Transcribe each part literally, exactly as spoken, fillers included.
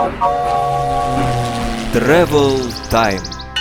Travel Time.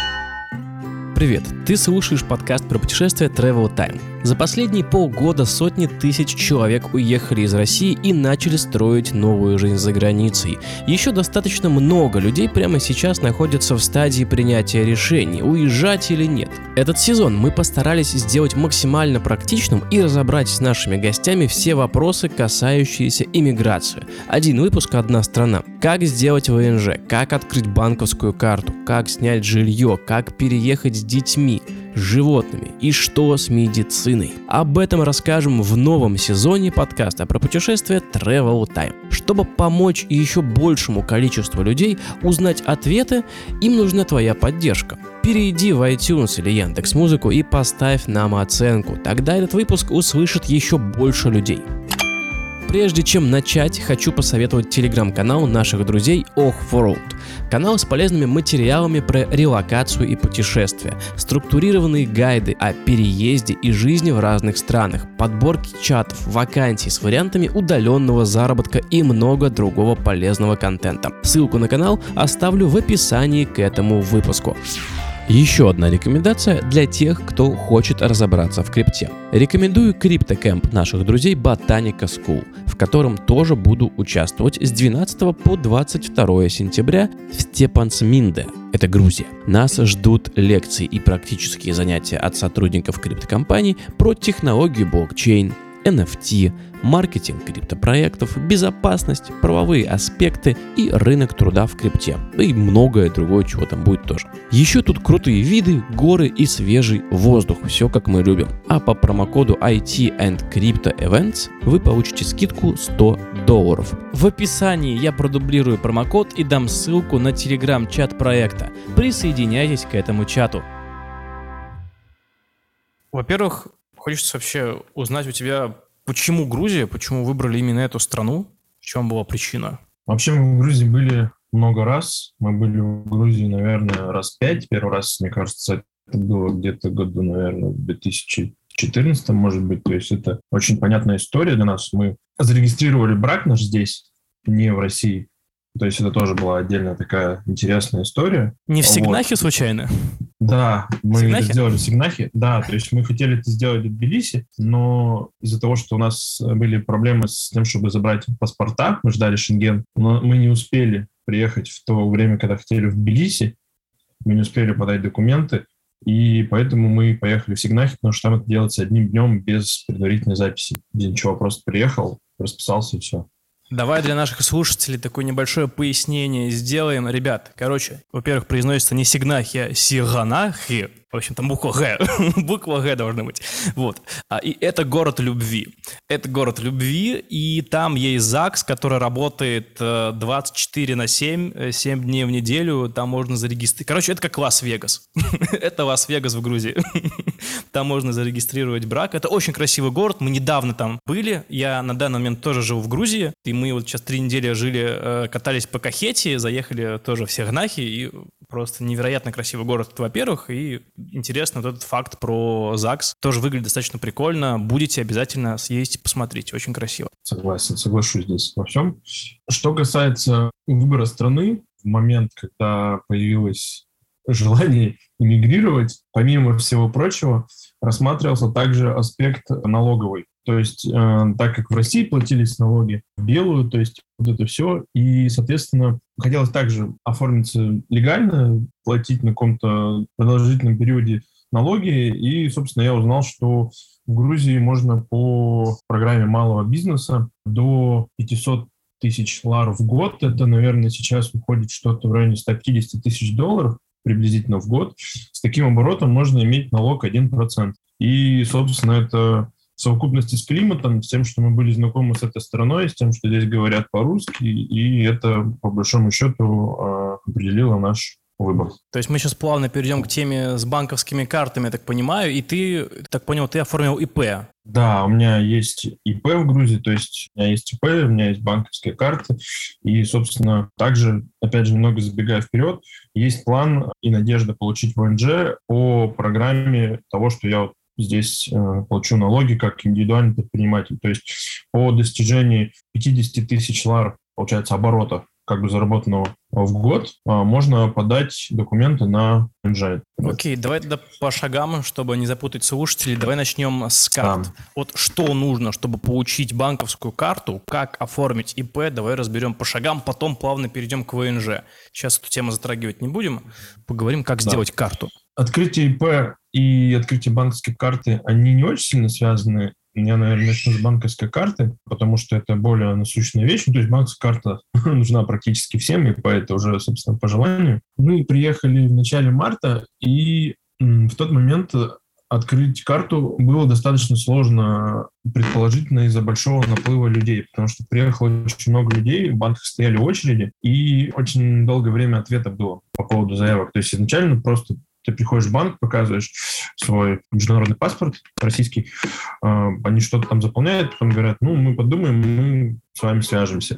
Привет, ты слушаешь подкаст про путешествия Travel Time. За последние полгода сотни тысяч человек уехали из России и начали строить новую жизнь за границей. Еще достаточно много людей прямо сейчас находятся в стадии принятия решений, уезжать или нет. Этот сезон мы постарались сделать максимально практичным и разобрать с нашими гостями все вопросы, касающиеся иммиграции. Один выпуск «Одна страна». Как сделать вэ эн жэ, как открыть банковскую карту, как снять жилье, как переехать с детьми, с животными и что с медициной. Об этом расскажем в новом сезоне подкаста про путешествия Travel Time. Чтобы помочь еще большему количеству людей узнать ответы, им нужна твоя поддержка. Перейди в iTunes или Яндекс.Музыку и поставь нам оценку, тогда этот выпуск услышит еще больше людей. Прежде чем начать, хочу посоветовать телеграм-канал наших друзей Off-World. Канал с полезными материалами про релокацию и путешествия, структурированные гайды о переезде и жизни в разных странах, подборки чатов, вакансий с вариантами удаленного заработка и много другого полезного контента. Ссылку на канал оставлю в описании к этому выпуску. Еще одна рекомендация для тех, кто хочет разобраться в крипте. Рекомендую криптокэмп наших друзей Botanica School, в котором тоже буду участвовать с двенадцатого по двадцать второе сентября в Степансминде. Это Грузия. Нас ждут лекции и практические занятия от сотрудников криптокомпаний про технологию блокчейн, эн эф ти, маркетинг криптопроектов, безопасность, правовые аспекты и рынок труда в крипте. И многое другое, чего там будет тоже. Еще тут крутые виды, горы и свежий воздух. Все как мы любим. А по промокоду ай ти энд Crypto Events вы получите скидку сто долларов. В описании я продублирую промокод и дам ссылку на телеграм-чат проекта. Присоединяйтесь к этому чату. Во-первых, хочется вообще узнать у тебя, почему Грузия, почему выбрали именно эту страну, в чем была причина? Вообще мы в Грузии были много раз. Мы были в Грузии, наверное, раз пять. Первый раз, мне кажется, это было где-то году, наверное, в две тысячи четырнадцатом, может быть. То есть это очень понятная история для нас. Мы зарегистрировали брак наш здесь, не в России. То есть это тоже была отдельная такая интересная история. Не в Сигнахе, вот. Случайно? Да, мы Сигнахе? это сделали в Сигнахе. Да, то есть мы хотели это сделать в Тбилиси, но из-за того, что у нас были проблемы с тем, чтобы забрать паспорта, мы ждали Шенген, но мы не успели приехать в то время, когда хотели в Тбилиси, мы не успели подать документы, и поэтому мы поехали в Сигнахе, потому что там это делается одним днем без предварительной записи. Без ничего, просто приехал, расписался и все. Давай для наших слушателей такое небольшое пояснение сделаем. Ребят, короче, во-первых, произносится не Сигнахи, а Сиганахи. В общем, там буква Г. Буква Г должна быть. Вот. И это город любви. Это город любви, и там есть ЗАГС, который работает двадцать четыре на семь, семь дней в неделю. Там можно зарегистрировать. Короче, это как Лас-Вегас. Это Лас-Вегас в Грузии. Там можно зарегистрировать брак. Это очень красивый город. Мы недавно там были. Я на данный момент тоже живу в Грузии. И мы вот сейчас три недели жили, катались по Кахетии, заехали тоже в Сигнахи. И просто невероятно красивый город, во-первых. И интересно вот этот факт про ЗАГС. Тоже выглядит достаточно прикольно. Будете обязательно съездить, посмотрите. Очень красиво. Согласен, соглашусь здесь во всем. Что касается выбора страны, в момент, когда появилось желание эмигрировать, помимо всего прочего, рассматривался также аспект налоговый. То есть, э, так как в России платились налоги в белую, то есть вот это все, и, соответственно, хотелось также оформиться легально, платить на каком-то продолжительном периоде налоги, и, собственно, я узнал, что в Грузии можно по программе малого бизнеса до пятьсот тысяч лар в год, это, наверное, сейчас уходит что-то в районе сто пятьдесят тысяч долларов, приблизительно в год. С таким оборотом можно иметь налог один процент. И, собственно, это в совокупности с климатом, с тем, что мы были знакомы с этой страной, с тем, что здесь говорят по-русски, и это, по большому счету, определило наш выбор. То есть мы сейчас плавно перейдем к теме с банковскими картами, я так понимаю, и ты, так понял, ты оформил ИП. Да, у меня есть ИП в Грузии, то есть у меня есть ИП, у меня есть банковские карты, и, собственно, также, опять же, немного забегая вперед, есть план и надежда получить вэ эн жэ по программе того, что я вот здесь э, получу налоги как индивидуальный предприниматель. То есть по достижении пятьдесят тысяч лар, получается, оборота как бы заработанного в год, можно подать документы на Engine. Окей, давай тогда по шагам, чтобы не запутать слушателей, давай начнем с карт. Да. Вот что нужно, чтобы получить банковскую карту, как оформить ИП, давай разберем по шагам, потом плавно перейдем к ВНЖ. Сейчас эту тему затрагивать не будем, поговорим, как Да. сделать карту. Открытие ИП и открытие банковской карты, они не очень сильно связаны. Я, наверное, начну с банковской карты, потому что это более насущная вещь. Ну, то есть банковская карта нужна практически всем, ИП это уже, собственно, по желанию. Мы приехали в начале марта, и м, в тот момент открыть карту было достаточно сложно, предположительно, из-за большого наплыва людей, потому что приехало очень много людей, в банках стояли очереди, и очень долгое время ответа было по поводу заявок. То есть изначально просто ты приходишь в банк, показываешь свой международный паспорт российский, э, они что-то там заполняют, потом говорят, ну, мы подумаем, мы с вами свяжемся.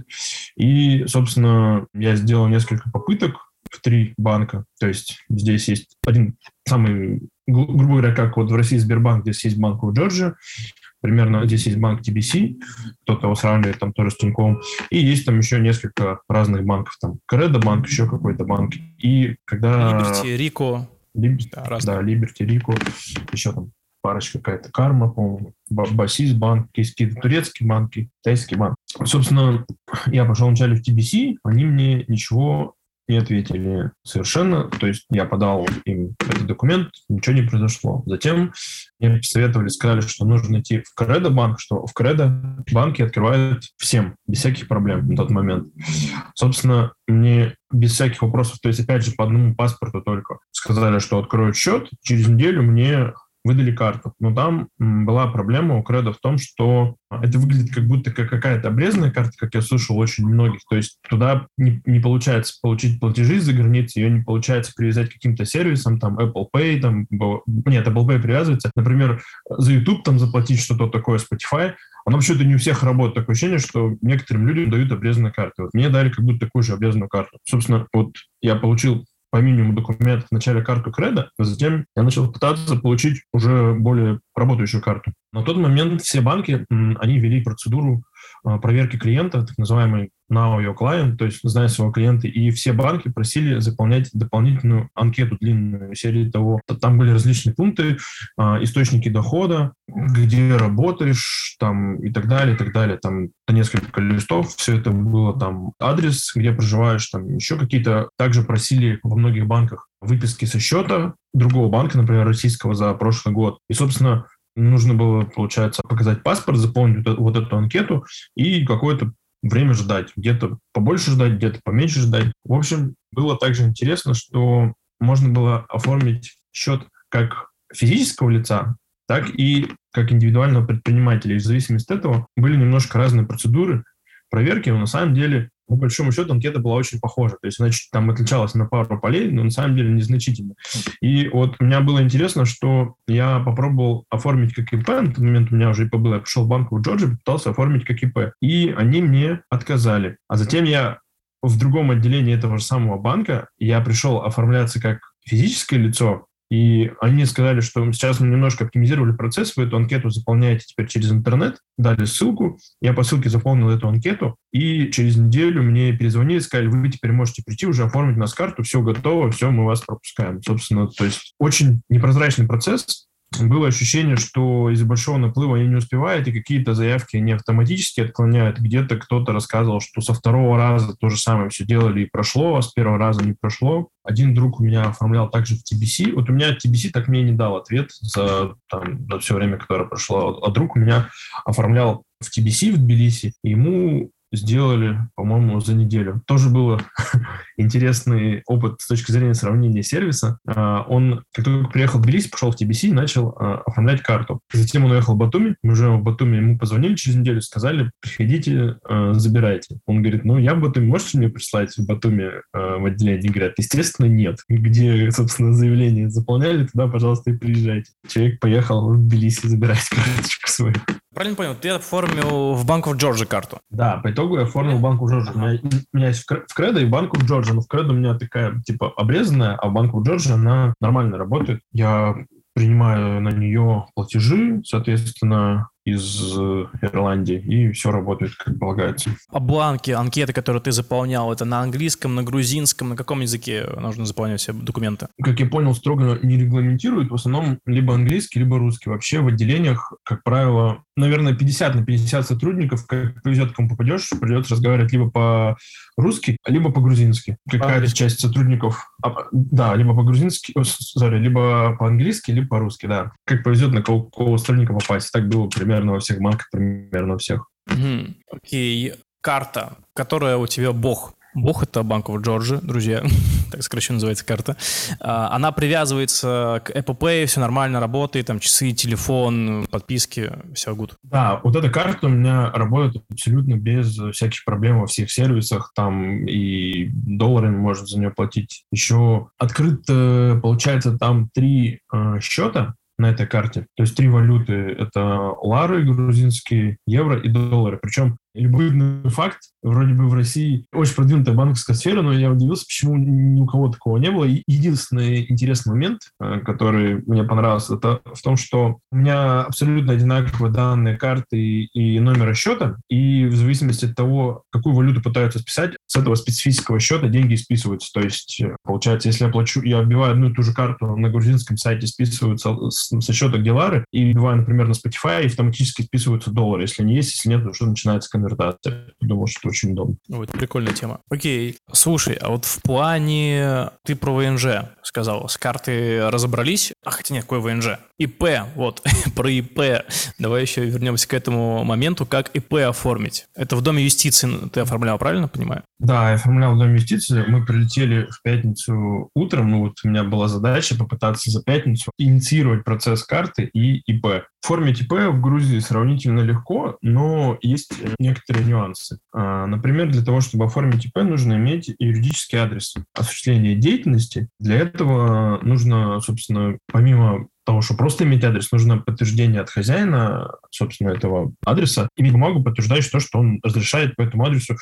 И, собственно, я сделал несколько попыток в три банка. То есть здесь есть один самый, гру- грубо говоря, как вот в России Сбербанк, здесь есть банк в Джорджии, примерно здесь есть банк ти би си, кто-то его сравнивает там тоже с Тиньковым, и есть там еще несколько разных банков, там Кредо банк, еще какой-то банк. И когда... Либерти, Рико. Либ- Да, Да, разные. Либерти, Рико, еще там парочка какая-то, Карма, по-моему, Ба- Басис банк, есть какие-то турецкие банки, китайский банк. Собственно, я пошел вначале в ти би си, они мне ничего не ответили совершенно, то есть я подал им этот документ, ничего не произошло. Затем мне посоветовали, сказали, что нужно идти в Кредо банк, что в Кредо банки открывают всем, без всяких проблем на тот момент. Собственно, мне без всяких вопросов, то есть опять же по одному паспорту только сказали, что откроют счет, через неделю мне выдали карту. Но там м, была проблема у Кредо в том, что это выглядит как будто как какая-то обрезанная карта, как я слышал очень многих. То есть туда не, не получается получить платежи за границей, ее не получается привязать к каким-то сервисам, там Apple Pay, там, бо- нет, Apple Pay привязывается. Например, за YouTube там заплатить что-то такое, Spotify. Оно вообще-то не у всех работает. Такое ощущение, что некоторым людям дают обрезанные карты. Вот мне дали как будто такую же обрезанную карту. Собственно, вот я получил по минимуму документов вначале карту Кредо, а затем я начал пытаться получить уже более работающую карту. На тот момент все банки, м, они ввели процедуру а, проверки клиента, так называемый Know Your Client, то есть зная своего клиента, и все банки просили заполнять дополнительную анкету длинную серии того. Там были различные пункты, а, источники дохода, где работаешь, там и так далее, и так далее. Там несколько листов, все это было там адрес, где проживаешь, там еще какие-то. Также просили во многих банках выписки со счета другого банка, например, российского за прошлый год. И, собственно, нужно было, получается, показать паспорт, заполнить вот эту, вот эту анкету и какое-то время ждать. Где-то побольше ждать, где-то поменьше ждать. В общем, было также интересно, что можно было оформить счет как физического лица, так и как индивидуального предпринимателя. И в зависимости от этого были немножко разные процедуры проверки, но на самом деле, по большому счету, анкета была очень похожа. То есть, значит, там отличалась на пару полей, но на самом деле незначительно. И вот у меня было интересно, что я попробовал оформить как ИП, на тот момент у меня уже ИП было, я пришел в банк в Джорджии, попытался оформить как ИП, и они мне отказали. А затем я в другом отделении этого же самого банка, я пришел оформляться как физическое лицо, и они сказали, что сейчас мы немножко оптимизировали процесс, вы эту анкету заполняете теперь через интернет, дали ссылку, я по ссылке заполнил эту анкету, и через неделю мне перезвонили, сказали, вы теперь можете прийти уже оформить у нас карту, все готово, все, мы вас пропускаем. Собственно, то есть очень непрозрачный процесс. Было ощущение, что из-за большого наплыва они не успевают, и какие-то заявки они автоматически отклоняют. Где-то кто-то рассказывал, что со второго раза то же самое все делали и прошло, а с первого раза не прошло. Один друг у меня оформлял также в ти би си. Вот у меня ти би си так мне и не дал ответ за, там, за все время, которое прошло. А друг у меня оформлял в ти би си в Тбилиси, и ему сделали, по-моему, за неделю. Тоже был интересный опыт с точки зрения сравнения сервиса. Он, как только приехал в Тбилиси, пошел в ти би си и начал оформлять карту. Затем он уехал в Батуми. Мы уже в Батуми ему позвонили через неделю, сказали, приходите, забирайте. Он говорит, ну, я в Батуми, можете мне прислать в Батуми в отделение? Говорят, естественно, нет. Где, собственно, заявление заполняли, туда, пожалуйста, и приезжайте. Человек поехал в Тбилиси забирать карточку свою. Правильно понял, ты оформил в Банк в Джорджии карту? Да, по итогу я оформил банк в Джорджии. У меня, у меня есть в Кредо и банк в Джорджии, но в Кредо у меня такая, типа, обрезанная, а в банк в Джорджии она нормально работает. Я принимаю на нее платежи, соответственно, из э, Ирландии, и все работает как полагается. А бланки, анкеты, которые ты заполнял, это на английском, на грузинском, на каком языке нужно заполнять все документы? Как я понял, строго не регламентируют, в основном либо английский, либо русский. Вообще в отделениях, как правило, наверное, пятьдесят на пятьдесят сотрудников, как повезет, кому попадешь, придется разговаривать либо по-русски, либо по-грузински. Какая-то часть сотрудников, а, да, либо по-грузински, о, sorry, либо по-английски, либо по-русски, да. Как повезет, на кого, кого сотрудника попасть. Так было примерно во всех банках, примерно во всех. Угу. Окей. Карта, которая у тебя бог. Бог — это Bank of Georgia, друзья, так сокращенно называется карта. Она привязывается к Apple Pay, все нормально работает, там часы, телефон, подписки, все good. Да, вот эта карта у меня работает абсолютно без всяких проблем во всех сервисах, там и долларами можно за нее платить. Еще открыто, получается, там три э, счета на этой карте, то есть три валюты. Это лары грузинские, евро и доллары. Причем любопытный факт, вроде бы в России очень продвинутая банковская сфера, но я удивился, почему ни у кого такого не было. И единственный интересный момент, который мне понравился, это в том, что у меня абсолютно одинаковые данные карты и номера счета, и в зависимости от того, какую валюту пытаются списать, с этого специфического счета деньги списываются. То есть, получается, если я плачу, я вбиваю одну и ту же карту на грузинском сайте, списываются со счета, где лары, и вбиваю, например, на Spotify, и автоматически списываются доллары. Если не есть, если нет, то что начинается конвертация. Думаю, что это очень удобно. Ой, это прикольная тема. Окей. Слушай, а вот в плане... Ты про ВНЖ сказал. С карты разобрались? А хотя нет, какой ВНЖ? ИП. Вот, про ИП. Давай еще вернемся к этому моменту, как ИП оформить. Это в Доме юстиции ты оформлял, правильно понимаю? Да, я оформлял в Доме юстиции. Мы прилетели в пятницу утром. Ну вот у меня была задача попытаться за пятницу инициировать процесс карты и ИП. Оформить ИП в Грузии сравнительно легко, но есть некоторые нюансы. Например, для того, чтобы оформить ИП, нужно иметь юридический адрес осуществления деятельности. Для этого нужно, собственно, помимо того, что просто иметь адрес, нужно подтверждение от хозяина, собственно, этого адреса, иметь бумагу, подтверждающую то, что он разрешает по этому адресу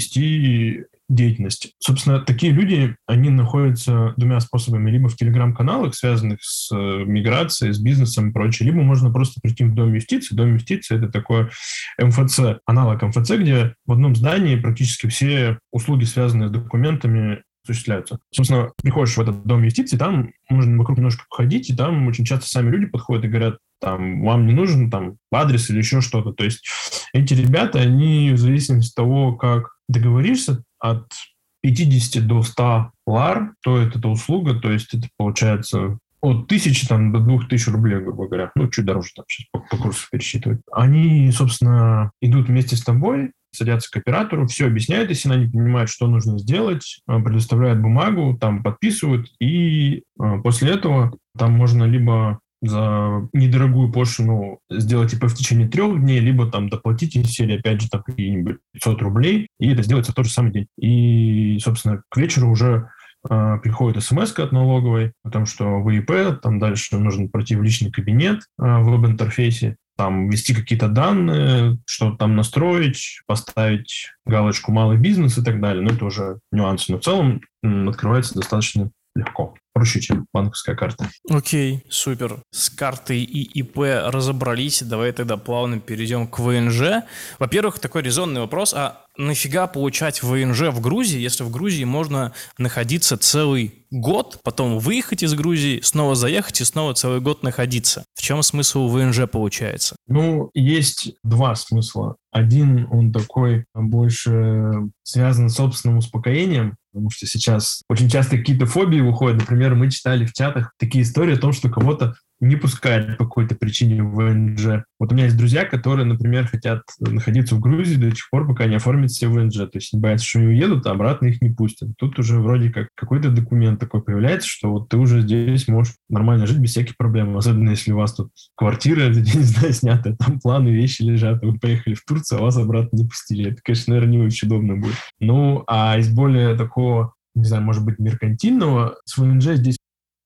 вести деятельность. Собственно, такие люди, они находятся двумя способами. Либо в телеграм-каналах, связанных с миграцией, с бизнесом и прочее, либо можно просто прийти в Дом юстиции. Дом юстиции — это такой МФЦ, аналог МФЦ, где в одном здании практически все услуги, связанные с документами, осуществляются. Собственно, приходишь в этот Дом юстиции, там можно вокруг немножко походить, и там очень часто сами люди подходят и говорят, там, вам не нужен там адрес или еще что-то. То есть эти ребята, они в зависимости от того, как договоришься, от пятидесяти до ста лар стоит эта услуга, то есть это получается от тысячи там, до двух тысяч рублей, грубо говоря. Ну, чуть дороже там сейчас по, по курсу пересчитывать. Они, собственно, идут вместе с тобой, садятся к оператору, все объясняют, если они не понимают, что нужно сделать, предоставляют бумагу, там подписывают, и после этого там можно либо за недорогую пошлину сделать ИП в течение трех дней, либо там доплатить из серии, опять же, там какие-нибудь пятьсот рублей, и это сделается в тот же самый день. И, собственно, к вечеру уже э, приходит смс от налоговой о том, что вы ИП, там дальше нужно пройти в личный кабинет э, в веб-интерфейсе, там ввести какие-то данные, что-то там настроить, поставить галочку «малый бизнес» и так далее. Но это уже нюансы. Но в целом м, открывается достаточно легко. Проще, чем банковская карта. Окей, супер. С картой и ИП разобрались. Давай тогда плавно перейдем к ВНЖ. Во-первых, такой резонный вопрос. А нафига получать ВНЖ в Грузии, если в Грузии можно находиться целый год, потом выехать из Грузии, снова заехать и снова целый год находиться? В чем смысл ВНЖ получается? Ну, есть два смысла. Один, он такой больше связан с собственным успокоением, потому что сейчас очень часто какие-то фобии выходят. Например, мы читали в чатах такие истории о том, что кого-то не пускают по какой-то причине в ВНЖ. Вот у меня есть друзья, которые, например, хотят находиться в Грузии до тех пор, пока не оформят себе ВНЖ. То есть не боятся, что они уедут, а обратно их не пустят. Тут уже вроде как какой-то документ такой появляется, что вот ты уже здесь можешь нормально жить без всяких проблем. Особенно если у вас тут квартира, я не знаю, снятая, там планы, вещи лежат, вы поехали в Турцию, а вас обратно не пустили. Это, конечно, наверное, не очень удобно будет. Ну, а из более такого, не знаю, может быть, меркантильного, с ВНЖ здесь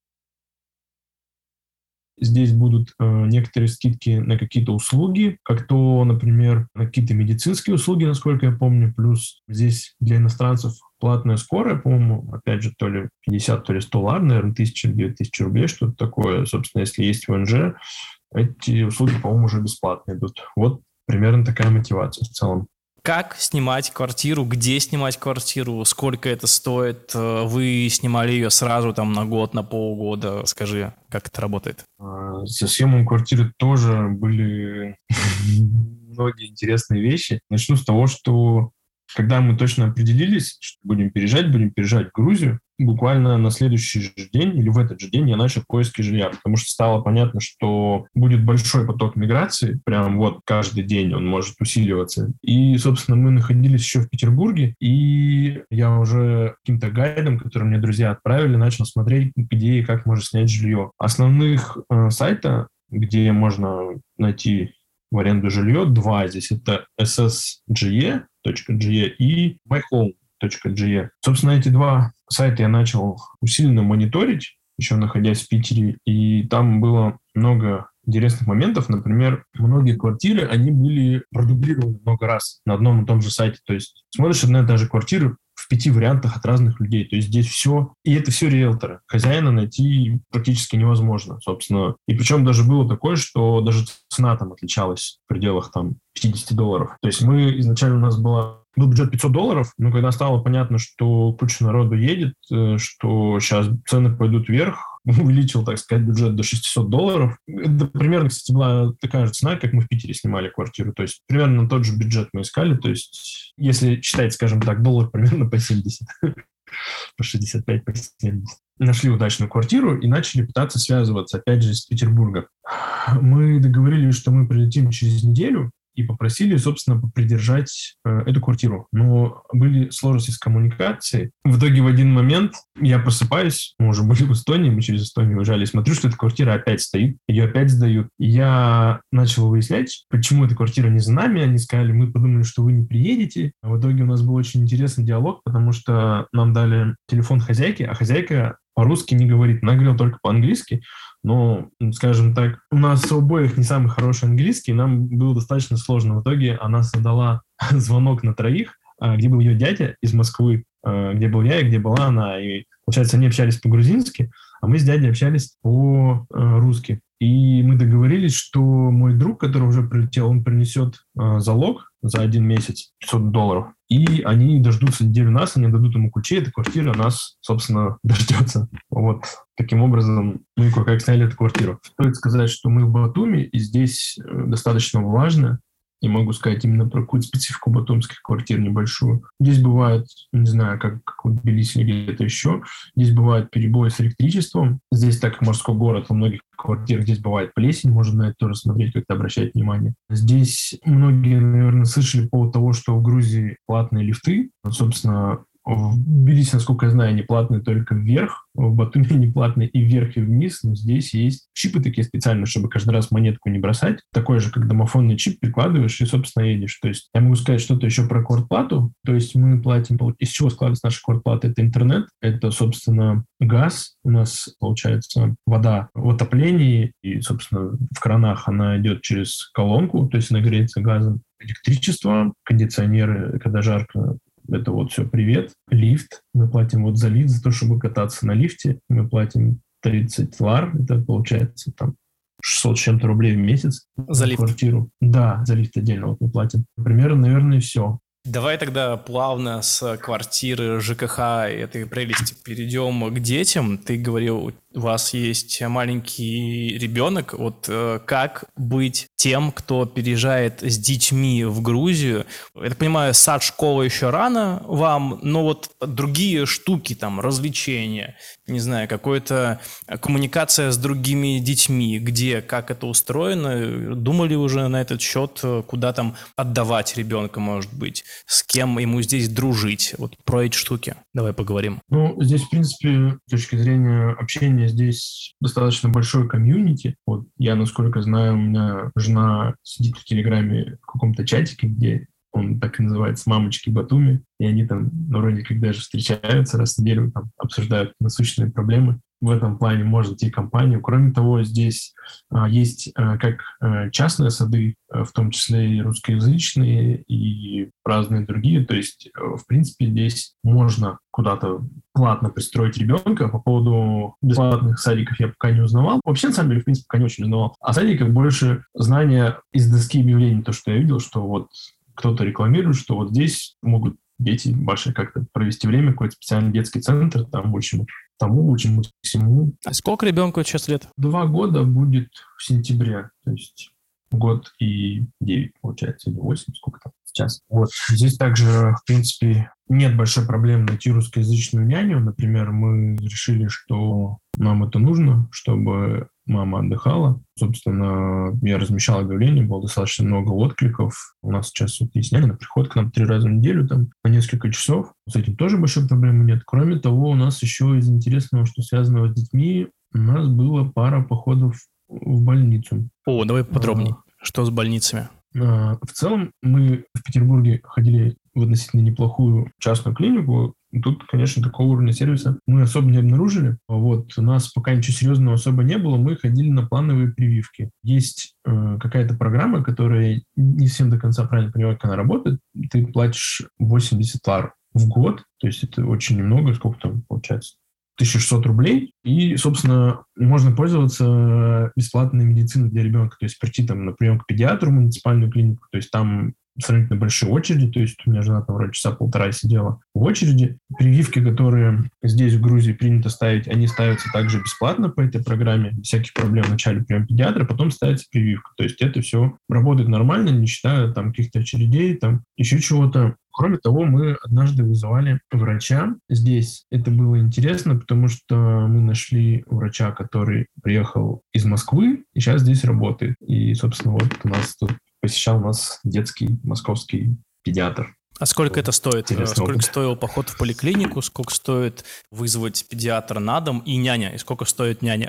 Здесь будут э, некоторые скидки на какие-то услуги, как то, например, на какие-то медицинские услуги, насколько я помню. Плюс здесь для иностранцев платная скорая, по-моему, опять же, то ли пятьдесят, то ли сто лар, наверное, тысяча-две тысячи рублей, что-то такое. Собственно, если есть ВНЖ, эти услуги, по-моему, уже бесплатно идут. Вот примерно такая мотивация в целом. Как снимать квартиру, где снимать квартиру, сколько это стоит? Вы снимали ее сразу там на год, на полгода? Скажи, как это работает? Со съемом квартиры тоже были многие интересные вещи. Начну с того, что когда мы точно определились, что будем переезжать, будем переезжать в Грузию, буквально на следующий же день или в этот же день я начал поиски жилья, потому что стало понятно, что будет большой поток миграции, прям вот каждый день он может усиливаться. И, собственно, мы находились еще в Петербурге, и я уже каким-то гайдом, который мне друзья отправили, начал смотреть, где и как можно снять жилье. Основных э, сайта, где можно найти в аренду жилье, два здесь. Это эс эс джи и точка джи и и myhome точка джи и. Собственно, эти два сайта я начал усиленно мониторить, еще находясь в Питере, и там было много интересных моментов. Например, многие квартиры, они были продублированы много раз на одном и том же сайте. То есть смотришь одна и та же квартира в пяти вариантах от разных людей. То есть здесь все, и это все риэлторы. Хозяина найти практически невозможно, собственно. И причем даже было такое, что даже цена там отличалась в пределах там пятьдесят долларов. То есть мы изначально у нас была был бюджет пятьсот долларов, но когда стало понятно, что куча народу едет, что сейчас цены пойдут вверх, увеличил, так сказать, бюджет до шестьсот долларов. Это примерно, кстати, была такая же цена, как мы в Питере снимали квартиру. То есть примерно тот же бюджет мы искали. То есть если считать, скажем так, доллар примерно по семьдесят, по шестьдесят пять, по семьдесят. Нашли удачную квартиру и начали пытаться связываться, опять же, из Петербурга. Мы договорились, что мы прилетим через неделю, и попросили, собственно, попридержать э, эту квартиру. Но были сложности с коммуникацией. В итоге в один момент я просыпаюсь, мы уже были в Эстонии, мы через Эстонию уезжали, смотрю, что эта квартира опять стоит, ее опять сдают. И я начал выяснять, почему эта квартира не за нами. Они сказали, мы подумали, что вы не приедете. А в итоге у нас был очень интересный диалог, потому что нам дали телефон хозяйки, а хозяйка по-русски не говорит, она говорила только по-английски. Но, скажем так, у нас у обоих не самый хороший английский, нам было достаточно сложно. В итоге она создала звонок на троих, где был ее дядя из Москвы, где был я и где была она. И, получается, они общались по-грузински, а мы с дядей общались по-русски. И мы договорились, что мой друг, который уже прилетел, он принесет залог за один месяц, пятьсот долларов. И они дождутся неделю нас, они дадут ему ключи, эта квартира нас, собственно, дождется. Вот. Таким образом, мы кое-как сняли эту квартиру. Стоит сказать, что мы в Батуми, и здесь достаточно важно, и могу сказать именно про какую-то специфику батумских квартир небольшую. Здесь бывает, не знаю, как, как в Тбилиси или где-то еще, здесь бывают перебои с электричеством. Здесь, так как морской город, во многих квартирах здесь бывает плесень, можно на это тоже смотреть, как-то обращать внимание. Здесь многие, наверное, слышали по поводу того, что в Грузии платные лифты. Вот, собственно, в Тбилиси, насколько я знаю, они платные только вверх, в Батуми они платные и вверх, и вниз, но здесь есть чипы такие специальные, чтобы каждый раз монетку не бросать. Такой же, как домофонный чип, прикладываешь и, собственно, едешь. То есть я могу сказать что-то еще про квартплату. То есть мы платим, из чего складывается наша квартплата? Это интернет, это, собственно, газ. У нас, получается, вода в отоплении, и, собственно, в кранах она идет через колонку, то есть она греется газом. Электричество, кондиционеры, когда жарко, это вот все привет. Лифт. Мы платим вот за лифт, за то, чтобы кататься на лифте. Мы платим тридцать лар. Это получается там шестьсот с чем-то рублей в месяц. За лифт? Квартиру. Да, за лифт отдельно вот мы платим. Примерно, наверное, все. Давай тогда плавно с квартиры, ЖКХ и этой прелести перейдем к детям. Ты говорил, у вас есть маленький ребенок. Вот э, как быть тем, кто переезжает с детьми в Грузию? Я так понимаю, сад, школа еще рано вам, но вот другие штуки, там, развлечения, не знаю, какая-то коммуникация с другими детьми, где, как это устроено? Думали уже на этот счет, куда там отдавать ребенка, может быть? С кем ему здесь дружить? Вот про эти штуки давай поговорим. Ну, здесь, в принципе, с точки зрения общения, здесь достаточно большой комьюнити. Вот я, насколько знаю, у меня жена сидит в Телеграме в каком-то чатике, где он так и называется «Мамочки Батуми», и они там, ну, вроде как даже встречаются раз в неделю, там, обсуждают насущные проблемы. в этом плане может найти компанию. Кроме того, здесь а, есть а, как а, частные сады, а, в том числе и русскоязычные, и разные другие. То есть, а, в принципе, здесь можно куда-то платно пристроить ребенка. По поводу бесплатных садиков я пока не узнавал. Вообще, на самом деле, в принципе, пока не очень узнавал. А садиков больше знания из доски объявлений, то, что я видел, что вот кто-то рекламирует, что вот здесь могут дети ваши как-то провести время, какой-то специальный детский центр, там учим тому, учим всему. А сколько ребенку сейчас лет? Два года будет в сентябре, то есть год и девять, получается, или восемь, сколько там сейчас. Вот. Здесь также, в принципе, нет большой проблемы найти русскоязычную няню. Например, мы решили, что нам это нужно, чтобы мама отдыхала. Собственно, я размещал объявление, было достаточно много откликов. У нас сейчас вот есть няня, она приходит к нам три раза в неделю, там, на несколько часов. С этим тоже большой проблемы нет. Кроме того, у нас еще из интересного, что связано с детьми, у нас было пара походов в больницу. О, давай подробнее. А, что с больницами? А, в целом, мы в Петербурге ходили в относительно неплохую частную клинику. Тут, конечно, такого уровня сервиса мы особо не обнаружили. Вот, у нас пока ничего серьезного особо не было, мы ходили на плановые прививки. Есть э, какая-то программа, которая не всем до конца правильно понимаю, как она работает. Ты платишь восемьдесят лар в год, то есть это очень немного, сколько там получается? тысяча шестьсот рублей, и, собственно, можно пользоваться бесплатной медициной для ребенка, то есть прийти там на прием к педиатру в муниципальную клинику, то есть там сравнительно большие очереди, то есть у меня жена там вроде часа полтора сидела в очереди. Прививки, которые здесь в Грузии принято ставить, они ставятся также бесплатно по этой программе, без всяких проблем. Вначале прием педиатра, потом ставится прививка. То есть это все работает нормально, не считая там каких-то очередей, там еще чего-то. Кроме того, мы однажды вызывали врача здесь. Это было интересно, потому что мы нашли врача, который приехал из Москвы и сейчас здесь работает. И, собственно, вот у нас тут посещал нас детский московский педиатр. А сколько это стоит? Интересно. Сколько стоил поход в поликлинику? Сколько стоит вызвать педиатра на дом и няня? И сколько стоит няня?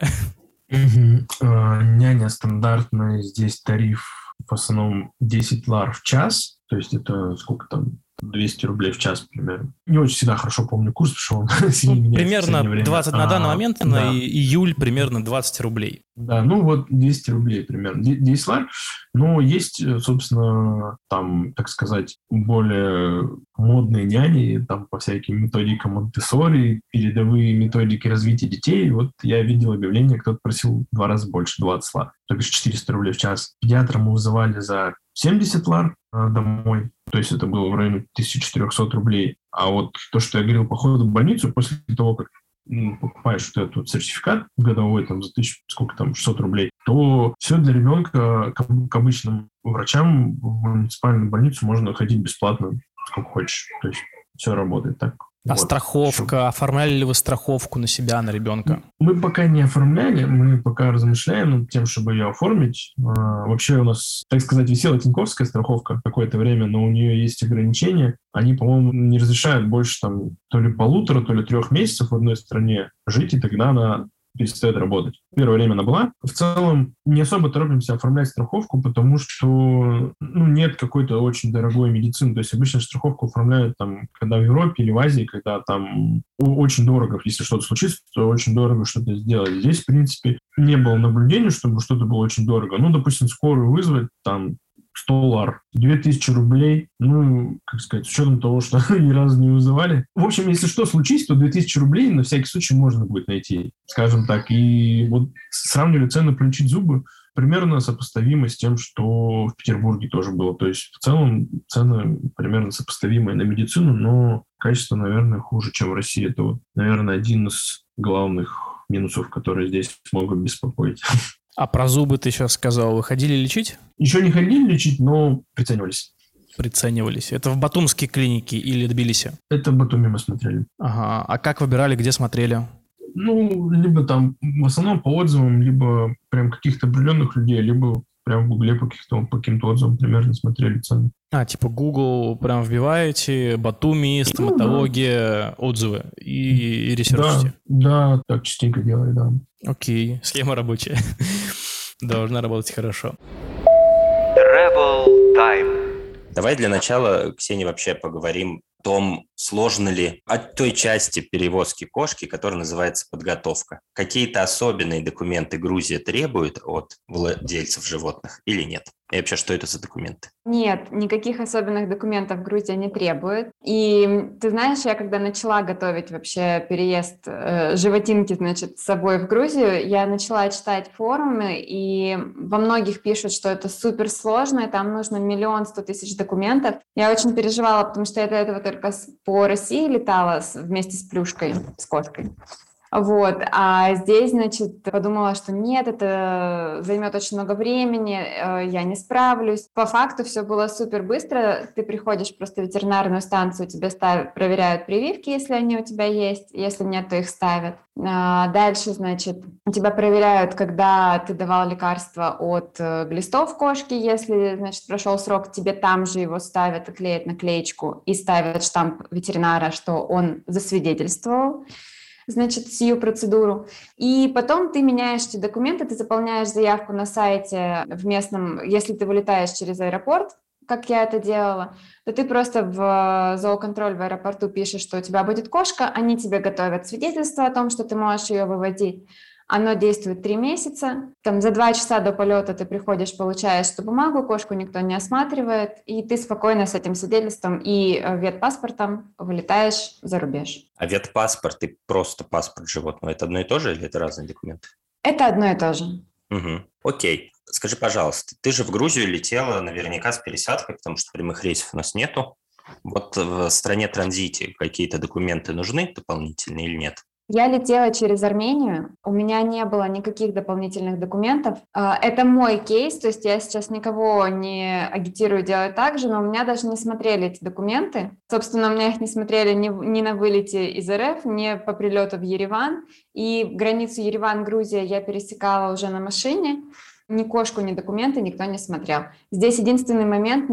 Угу. А, няня стандартная. Здесь тариф в основном десять лар в час. То есть это сколько там? двести рублей в час примерно. Не очень всегда хорошо помню курс, потому что он сильно Ну, меняется примерно двадцать на данный а, момент, да. на июль примерно двадцать рублей. Да, ну вот двести рублей примерно. десять лар. Но есть, собственно, там, так сказать, более модные няни, там по всяким методикам Монтессори, передовые методики развития детей. Вот я видел объявление, кто-то просил в два раза больше, двадцать лар, то бишь четыреста рублей в час. Педиатра мы вызывали за семьдесят лар домой, то есть это было в районе тысяча четыреста рублей. А вот то, что я говорил, походу в больницу, после того, как ну, покупаешь вот этот вот сертификат годовой там за тысячу, сколько там, шестьсот рублей, то все для ребенка к, к обычным врачам в муниципальную больницу можно ходить бесплатно, сколько хочешь. То есть все работает так. А вот. страховка? Что? Оформляли ли вы страховку на себя, на ребенка? Мы пока не оформляли, мы пока размышляем над тем, чтобы ее оформить. А, вообще у нас, так сказать, висела тиньковская страховка какое-то время, но у нее есть ограничения. Они, по-моему, не разрешают больше там то ли полутора, то ли трех месяцев в одной стране жить, и тогда она перестает работать. Первое время она была. В целом не особо торопимся оформлять страховку, потому что ну, нет какой-то очень дорогой медицины. То есть обычно страховку оформляют там, когда в Европе или в Азии, когда там очень дорого, если что-то случится, то очень дорого что-то сделать. Здесь, в принципе, не было наблюдения, чтобы что-то было очень дорого. Ну, допустим, скорую вызвать, там, сто лар, две тысячи рублей, ну, как сказать, с учетом того, что ни разу не вызывали. В общем, если что случится, то две тысячи рублей на всякий случай можно будет найти, скажем так. И вот сравнивали цены полечить зубы, примерно сопоставимо с тем, что в Петербурге тоже было. То есть в целом цены примерно сопоставимые на медицину, но качество, наверное, хуже, чем в России. Это, вот, наверное, один из главных минусов, которые здесь могут беспокоить. А про зубы ты сейчас сказал, вы ходили лечить? Еще не ходили лечить, но приценивались. Приценивались. Это в батумской клинике или Тбилиси? Это в Батуми мы смотрели. Ага. А как выбирали, где смотрели? Ну, либо там в основном по отзывам, либо прям каких-то определенных людей, либо прям в Гугле по каким-то, по каким-то отзывам примерно смотрели цены. А, типа Google прям вбиваете, Батуми, стоматология, ну, да. Отзывы и, и ресерчите? Да, да, так частенько делали, да. Окей, схема рабочая. Должна работать хорошо. Travel Time. Давай для начала, Ксения, вообще поговорим том, сложно ли от той части перевозки кошки, которая называется подготовка. Какие-то особенные документы Грузия требует от владельцев животных или нет? И вообще, что это за документы? Нет, никаких особенных документов Грузия не требует. И ты знаешь, я когда начала готовить вообще переезд э, животинки, значит, с собой в Грузию, я начала читать форумы, и во многих пишут, что это супер сложно, и там нужно миллион сто тысяч документов. Я очень переживала, потому что я до этого только по России летала с, вместе с Плюшкой, с кошкой. Вот, а здесь, значит, подумала, что нет, это займет очень много времени, я не справлюсь. По факту все было супер быстро, ты приходишь просто в ветеринарную станцию, тебе ставят, проверяют прививки, если они у тебя есть, если нет, то их ставят. Дальше, значит, тебя проверяют, когда ты давал лекарства от глистов кошки, если, значит, прошел срок, тебе там же его ставят и клеят наклеечку и ставят штамп ветеринара, что он засвидетельствовал, значит, сию процедуру. И потом ты меняешь эти документы, ты заполняешь заявку на сайте в местном, если ты вылетаешь через аэропорт, как я это делала, то ты просто в зооконтроль в аэропорту пишешь, что у тебя будет кошка, они тебе готовят свидетельство о том, что ты можешь ее выводить. Оно действует три месяца. Там за два часа до полета ты приходишь, получаешь эту бумагу, кошку никто не осматривает, и ты спокойно с этим свидетельством и ветпаспортом вылетаешь за рубеж. А ветпаспорт и просто паспорт животного – это одно и то же или это разные документы? Это одно и то же. Угу. Окей. Скажи, пожалуйста, ты же в Грузию летела наверняка с пересадкой, потому что прямых рейсов у нас нету. Вот в стране транзите какие-то документы нужны дополнительные или нет? Я летела через Армению, у меня не было никаких дополнительных документов. Это мой кейс, то есть я сейчас никого не агитирую делать так же, но у меня даже не смотрели эти документы. Собственно, у меня их не смотрели ни, ни на вылете из РФ, ни по прилету в Ереван. И границу Ереван-Грузия я пересекала уже на машине. Ни кошку, ни документы никто не смотрел. Здесь единственный момент: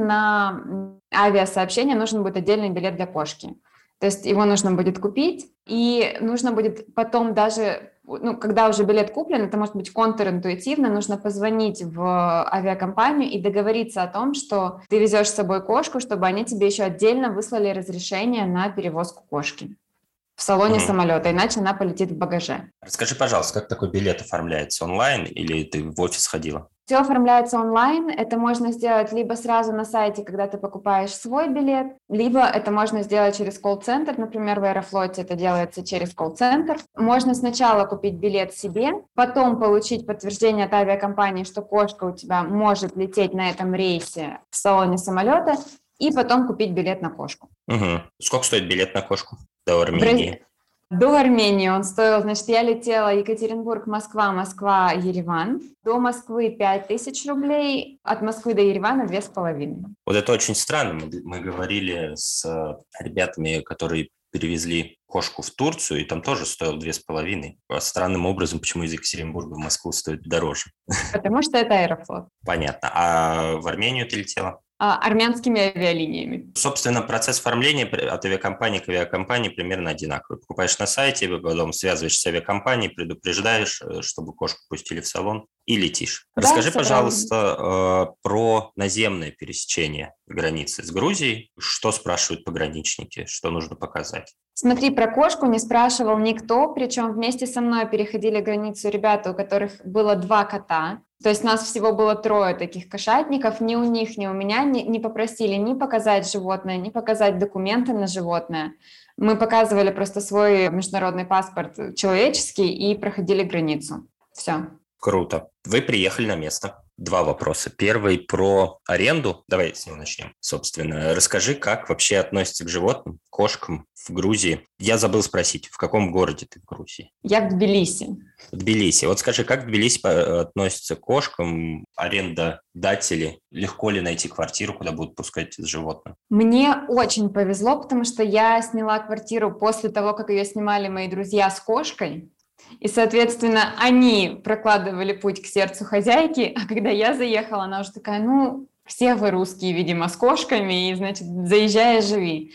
на авиасообщение нужен будет отдельный билет для кошки. То есть его нужно будет купить, и нужно будет потом даже, ну, когда уже билет куплен, это может быть контринтуитивно, нужно позвонить в авиакомпанию и договориться о том, что ты везешь с собой кошку, чтобы они тебе еще отдельно выслали разрешение на перевозку кошки в салоне Мгм. самолета, иначе она полетит в багаже. Расскажи, пожалуйста, как такой билет оформляется? Онлайн или ты в офис ходила? Все оформляется онлайн, это можно сделать либо сразу на сайте, когда ты покупаешь свой билет, либо это можно сделать через колл-центр, например, в Аэрофлоте это делается через колл-центр. Можно сначала купить билет себе, потом получить подтверждение от авиакомпании, что кошка у тебя может лететь на этом рейсе в салоне самолета, и потом купить билет на кошку. Угу. Сколько стоит билет на кошку до Армении? До Армении он стоил, значит, я летела Екатеринбург, Москва, Москва, Ереван. До Москвы пять тысяч рублей, от Москвы до Еревана две с половиной. Вот это очень странно. Мы, мы говорили с ребятами, которые перевезли кошку в Турцию, и там тоже стоил две с половиной. А странным образом, почему из Екатеринбурга в Москву стоит дороже? Потому что это Аэрофлот. Понятно. А в Армению ты летела? А, армянскими авиалиниями. Собственно, процесс оформления от авиакомпании к авиакомпании примерно одинаковый. Покупаешь на сайте, потом связываешься с авиакомпанией, предупреждаешь, чтобы кошку пустили в салон, и летишь. Да, Расскажи, всё пожалуйста, про наземное пересечение границы с Грузией. Что спрашивают пограничники, что нужно показать? Смотри, про кошку не спрашивал никто, причем вместе со мной переходили границу ребята, у которых было два кота. То есть нас всего было трое таких кошатников, ни у них, ни у меня не, не попросили ни показать животное, ни показать документы на животное. Мы показывали просто свой международный паспорт человеческий и проходили границу. Все. Круто. Вы приехали на место. Два вопроса. Первый про аренду. Давай с него начнем. Собственно, расскажи, как вообще относятся к животным, кошкам в Грузии. Я забыл спросить, в каком городе ты в Грузии? Я в Тбилиси. В Тбилиси. Вот скажи, как в Тбилиси относятся к кошкам, арендодатели? Легко ли найти квартиру, куда будут пускать с животным? Мне очень повезло, потому что я сняла квартиру после того, как ее снимали мои друзья с кошкой. И, соответственно, они прокладывали путь к сердцу хозяйки, а когда я заехала, она уже такая: ну, все вы русские, видимо, с кошками, и, значит, заезжай, живи.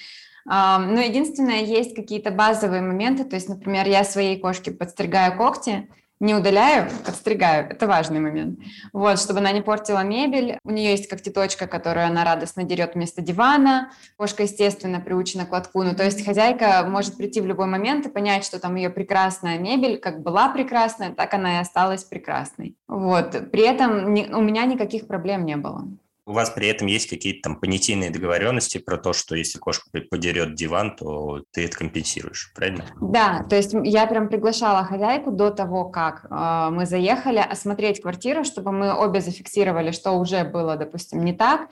Но единственное, есть какие-то базовые моменты, то есть, например, я своей кошке подстригаю когти, Не удаляю, отстригаю. Это важный момент. Вот, чтобы она не портила мебель. У нее есть когтеточка, которую она радостно дерет вместо дивана. Кошка, естественно, приучена к лотку. Ну, то есть хозяйка может прийти в любой момент и понять, что там ее прекрасная мебель, как была прекрасная, так она и осталась прекрасной. Вот. При этом ни, у меня никаких проблем не было. У вас при этом есть какие-то там понятийные договоренности про то, что если кошка подерет диван, то ты это компенсируешь, правильно? Да, то есть я прям приглашала хозяйку до того, как э, мы заехали, осмотреть квартиру, чтобы мы обе зафиксировали, что уже было, допустим, не так.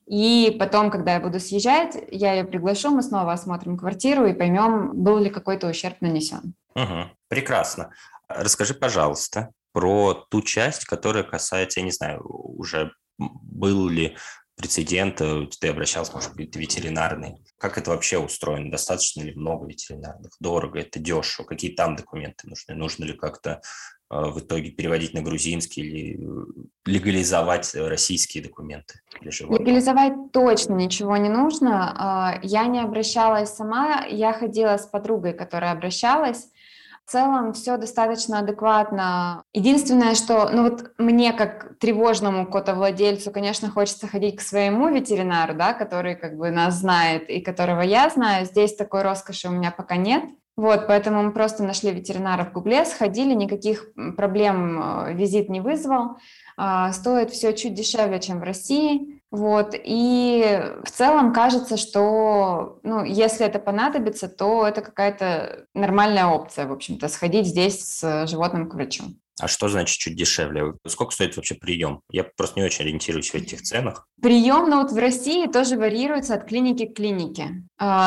И потом, когда я буду съезжать, я ее приглашу, мы снова осмотрим квартиру и поймем, был ли какой-то ущерб нанесен. Угу. Прекрасно. Расскажи, пожалуйста, про ту часть, которая касается, я не знаю, уже был ли прецедент, ты обращался, может быть, ветеринарный. Как это вообще устроено? Достаточно ли много ветеринарных? Дорого? Это дешево? Какие там документы нужны? Нужно ли как-то э, в итоге переводить на грузинский или легализовать российские документы для животных? Легализовать точно ничего не нужно. Я не обращалась сама, я ходила с подругой, которая обращалась. В целом все достаточно адекватно. Единственное, что, ну вот мне как тревожному котовладельцу, конечно, хочется ходить к своему ветеринару, да, который как бы нас знает и которого я знаю. Здесь такой роскоши у меня пока нет. Вот, поэтому мы просто нашли ветеринара в Гугле, сходили, никаких проблем визит не вызвал. Стоит все чуть дешевле, чем в России. Вот, и в целом кажется, что, ну, если это понадобится, то это какая-то нормальная опция, в общем-то, сходить здесь с животным к врачу. А что значит чуть дешевле? Сколько стоит вообще прием? Я просто не очень ориентируюсь в этих ценах. Прием, ну вот в России тоже варьируется от клиники к клинике.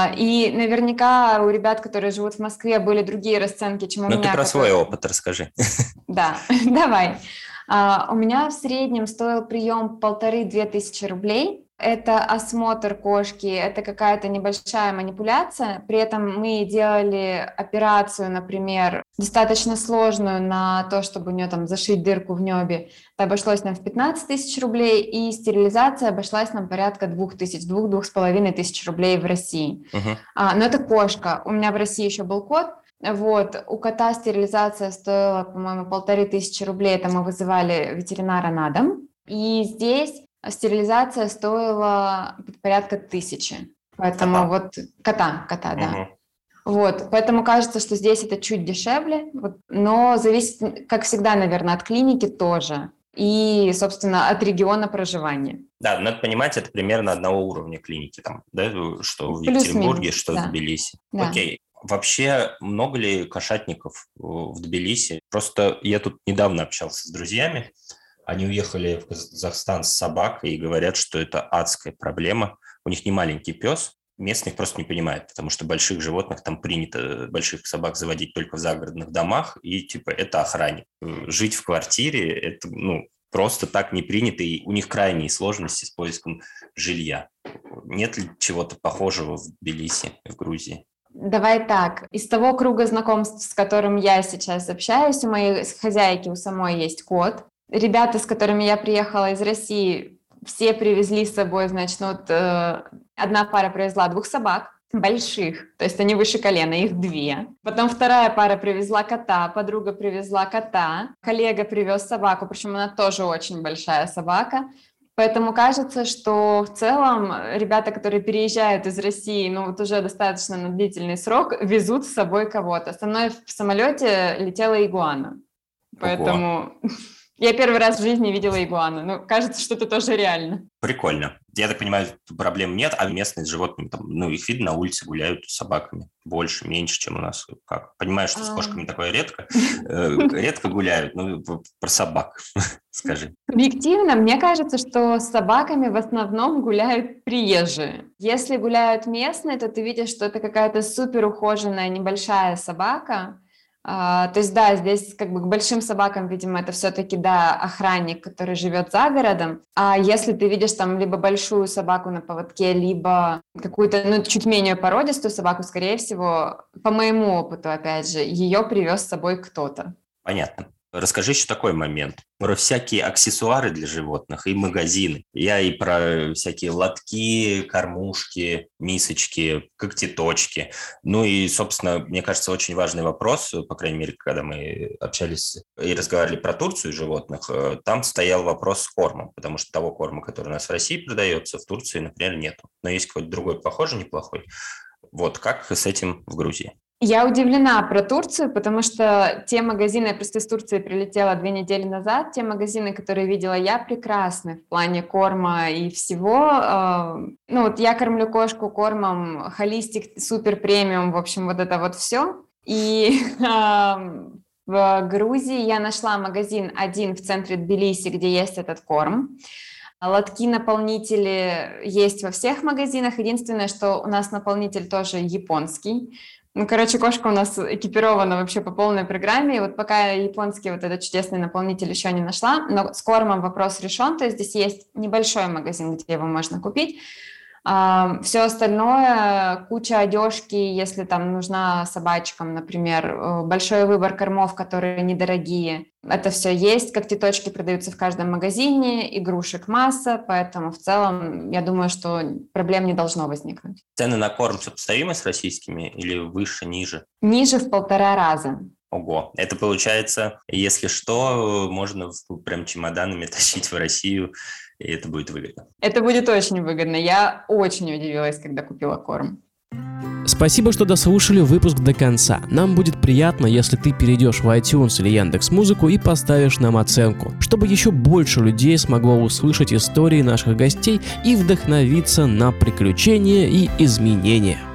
И наверняка у ребят, которые живут в Москве, были другие расценки, чем у меня. меня. Ну ты про которые... свой опыт расскажи. Да, давай. Uh, у меня в среднем стоил прием полторы-две тысячи рублей. Это осмотр кошки, это какая-то небольшая манипуляция. При этом мы делали операцию, например, достаточно сложную на то, чтобы у нее там зашить дырку в небе. Это обошлось нам в пятнадцать тысяч рублей, и стерилизация обошлась нам порядка двух тысяч, двух-двух с половиной тысяч рублей в России. Uh-huh. Uh, но это кошка. У меня в России еще был кот. Вот, у кота стерилизация стоила, по-моему, полторы тысячи рублей, это мы вызывали ветеринара на дом, и здесь стерилизация стоила порядка тысячи, поэтому кота. вот, кота, кота, да. Угу. Вот, поэтому кажется, что здесь это чуть дешевле, вот, но зависит, как всегда, наверное, от клиники тоже. И, собственно, от региона проживания. Да, надо понимать, это примерно одного уровня клиники, там, да, что в Екатеринбурге, что да. в Тбилиси. Да. Окей. Вообще, много ли кошатников в Тбилиси? Просто я тут недавно общался с друзьями. Они уехали в Казахстан с собакой и говорят, что это адская проблема. У них не маленький пес, местных просто не понимают, потому что больших животных там принято, больших собак заводить только в загородных домах, и типа это охранник. Жить в квартире, это ну, просто так не принято, и у них крайние сложности с поиском жилья. Нет ли чего-то похожего в Тбилиси, в Грузии? Давай так, из того круга знакомств, с которым я сейчас общаюсь, у моей хозяйки у самой есть кот. Ребята, с которыми я приехала из России, все привезли с собой, значит, ну вот э, одна пара привезла двух собак, больших, то есть они выше колена, их две. Потом вторая пара привезла кота, подруга привезла кота, коллега привез собаку, причем она тоже очень большая собака. Поэтому кажется, что в целом ребята, которые переезжают из России, ну вот уже достаточно на длительный срок, везут с собой кого-то. Со мной в самолете летела игуана. Поэтому я первый раз в жизни видела игуану. Ну, кажется, что это тоже реально. Прикольно. Я так понимаю, проблем нет, а местные животные, там, ну, их видно на улице, гуляют с собаками. Больше, меньше, чем у нас. Как? Понимаю, что с кошками такое редко. Редко гуляют. Ну, про собак скажи. Объективно, мне кажется, что с собаками в основном гуляют приезжие. Если гуляют местные, то ты видишь, что это какая-то супер ухоженная небольшая собака. Uh, то есть, да, здесь как бы к большим собакам, видимо, это все-таки, да, охранник, который живет за городом. А если ты видишь там либо большую собаку на поводке, либо какую-то, ну, чуть менее породистую собаку, скорее всего, по моему опыту, опять же, ее привез с собой кто-то. Понятно. Расскажи еще такой момент. Про всякие аксессуары для животных и магазины. Я и про всякие лотки, кормушки, мисочки, когтеточки. Ну и, собственно, мне кажется, очень важный вопрос, по крайней мере, когда мы общались и разговаривали про Турцию и животных, там стоял вопрос с кормом, потому что того корма, который у нас в России продается, в Турции, например, нету. Но есть какой-то другой похожий, неплохой. Вот как с этим в Грузии? Я удивлена про Турцию, потому что те магазины, я просто из Турции прилетела две недели назад, те магазины, которые видела я, прекрасны в плане корма и всего. Ну вот я кормлю кошку кормом холистик, супер премиум, в общем, вот это вот все. И в Грузии я нашла магазин один в центре Тбилиси, где есть этот корм. Лотки-наполнители есть во всех магазинах. Единственное, что у нас наполнитель тоже японский. Ну, короче, кошка у нас экипирована вообще по полной программе, и вот пока я японский вот этот чудесный наполнитель еще не нашла, но с кормом вопрос решен, то есть здесь есть небольшой магазин, где его можно купить. А, все остальное, куча одежки, если там нужна собачкам, например, большой выбор кормов, которые недорогие, это все есть, когтеточки продаются в каждом магазине, игрушек масса, поэтому в целом я думаю, что проблем не должно возникнуть. Цены на корм сопоставимы с российскими или выше, ниже? Ниже в полтора раза. Ого, это получается, если что, можно прям чемоданами тащить в Россию, и это будет выгодно. Это будет очень выгодно. Я очень удивилась, когда купила корм. Спасибо, что дослушали выпуск до конца. Нам будет приятно, если ты перейдешь в iTunes или Яндекс.Музыку и поставишь нам оценку, чтобы еще больше людей смогло услышать истории наших гостей и вдохновиться на приключения и изменения.